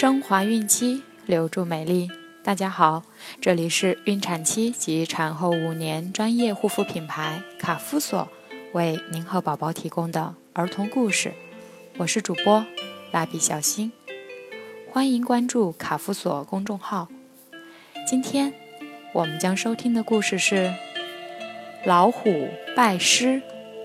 升华孕期，留住美丽。大家好，这里是孕产期及产后5年专业护肤品牌卡夫索为您和宝宝提供的儿童故事。我是主播蜡笔小新，欢迎关注卡夫索公众号。今天我们将收听的故事是老虎拜师。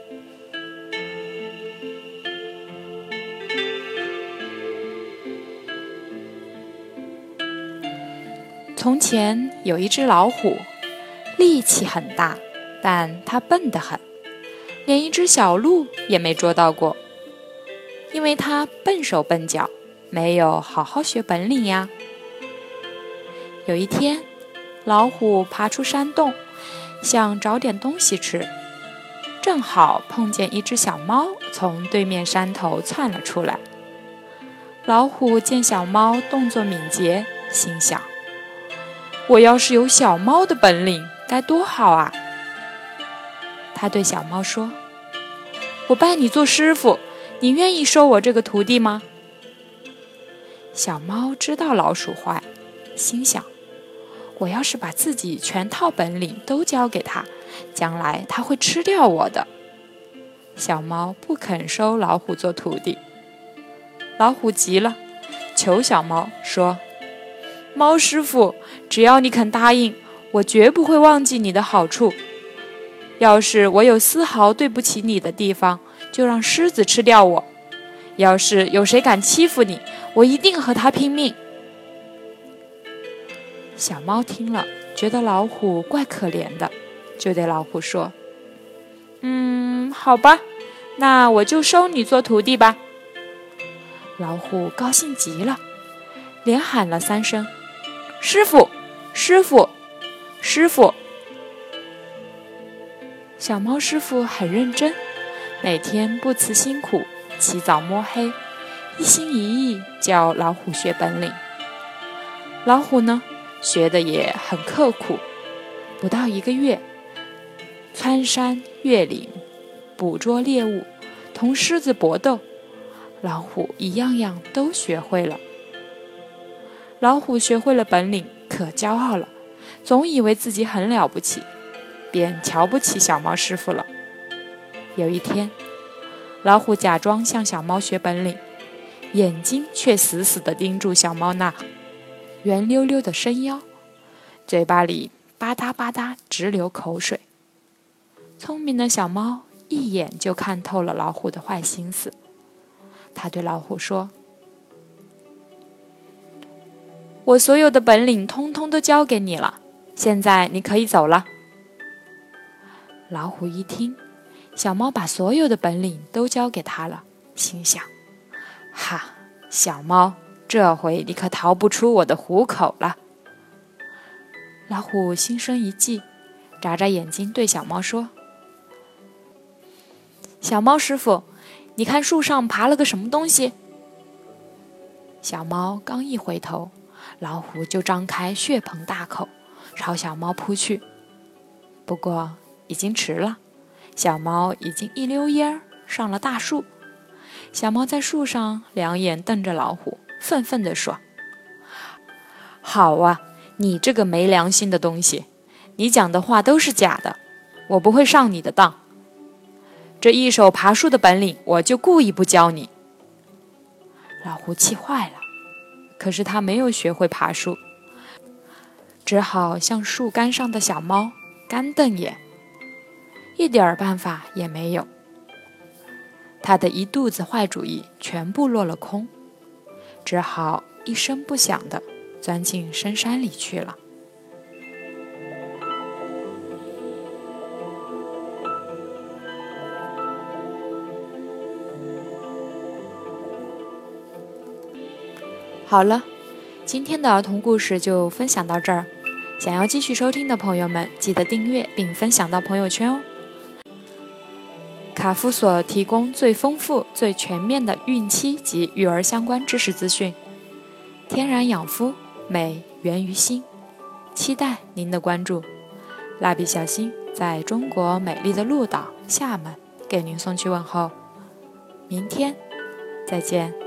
从前有一只老虎，力气很大，但它笨得很，连一只小鹿也没捉到过，因为它笨手笨脚，没有好好学本领呀。有一天，老虎爬出山洞，想找点东西吃，正好碰见一只小猫从对面山头窜了出来。老虎见小猫动作敏捷，心想：我要是有小猫的本领，该多好啊！他对小猫说：我拜你做师傅，你愿意收我这个徒弟吗？小猫知道老鼠坏，心想：我要是把自己全套本领都教给他，将来他会吃掉我的。小猫不肯收老虎做徒弟。老虎急了，求小猫说：猫师傅，只要你肯答应，我绝不会忘记你的好处。要是我有丝毫对不起你的地方，就让狮子吃掉我。要是有谁敢欺负你，我一定和他拼命。小猫听了，觉得老虎怪可怜的，就对老虎说：好吧，那我就收你做徒弟吧。老虎高兴极了，连喊了3声：师傅，师傅，师傅！小猫师傅很认真，每天不辞辛苦，起早摸黑，一心一意教老虎学本领。老虎呢，学得也很刻苦，不到1个月，穿山越岭，捕捉猎物，同狮子搏斗，老虎一样样都学会了。老虎学会了本领，可骄傲了，总以为自己很了不起，便瞧不起小猫师傅了。有一天，老虎假装向小猫学本领，眼睛却死死地盯住小猫那圆溜溜的身腰，嘴巴里吧嗒吧嗒直流口水。聪明的小猫一眼就看透了老虎的坏心思，他对老虎说：我所有的本领通通都交给你了，现在你可以走了。老虎一听，小猫把所有的本领都交给他了，心想：哈，小猫，这回你可逃不出我的虎口了。老虎心生一计，眨眨眼睛对小猫说：小猫师傅，你看树上爬了个什么东西？小猫刚一回头，老虎就张开血盆大口，朝小猫扑去。不过已经迟了，小猫已经一溜烟儿上了大树。小猫在树上两眼瞪着老虎，愤愤地说：好啊，你这个没良心的东西，你讲的话都是假的，我不会上你的当。这一手爬树的本领，我就故意不教你。老虎气坏了，可是他没有学会爬树，只好向树干上的小猫干瞪眼，一点办法也没有。他的一肚子坏主意全部落了空，只好一声不响地钻进深山里去了。好了，今天的儿童故事就分享到这儿。想要继续收听的朋友们，记得订阅并分享到朋友圈哦。卡夫索提供最丰富、最全面的孕期及育儿相关知识资讯。天然养肤，美源于心。期待您的关注。蜡笔小新在中国美丽的鹭岛厦门给您送去问候。明天再见。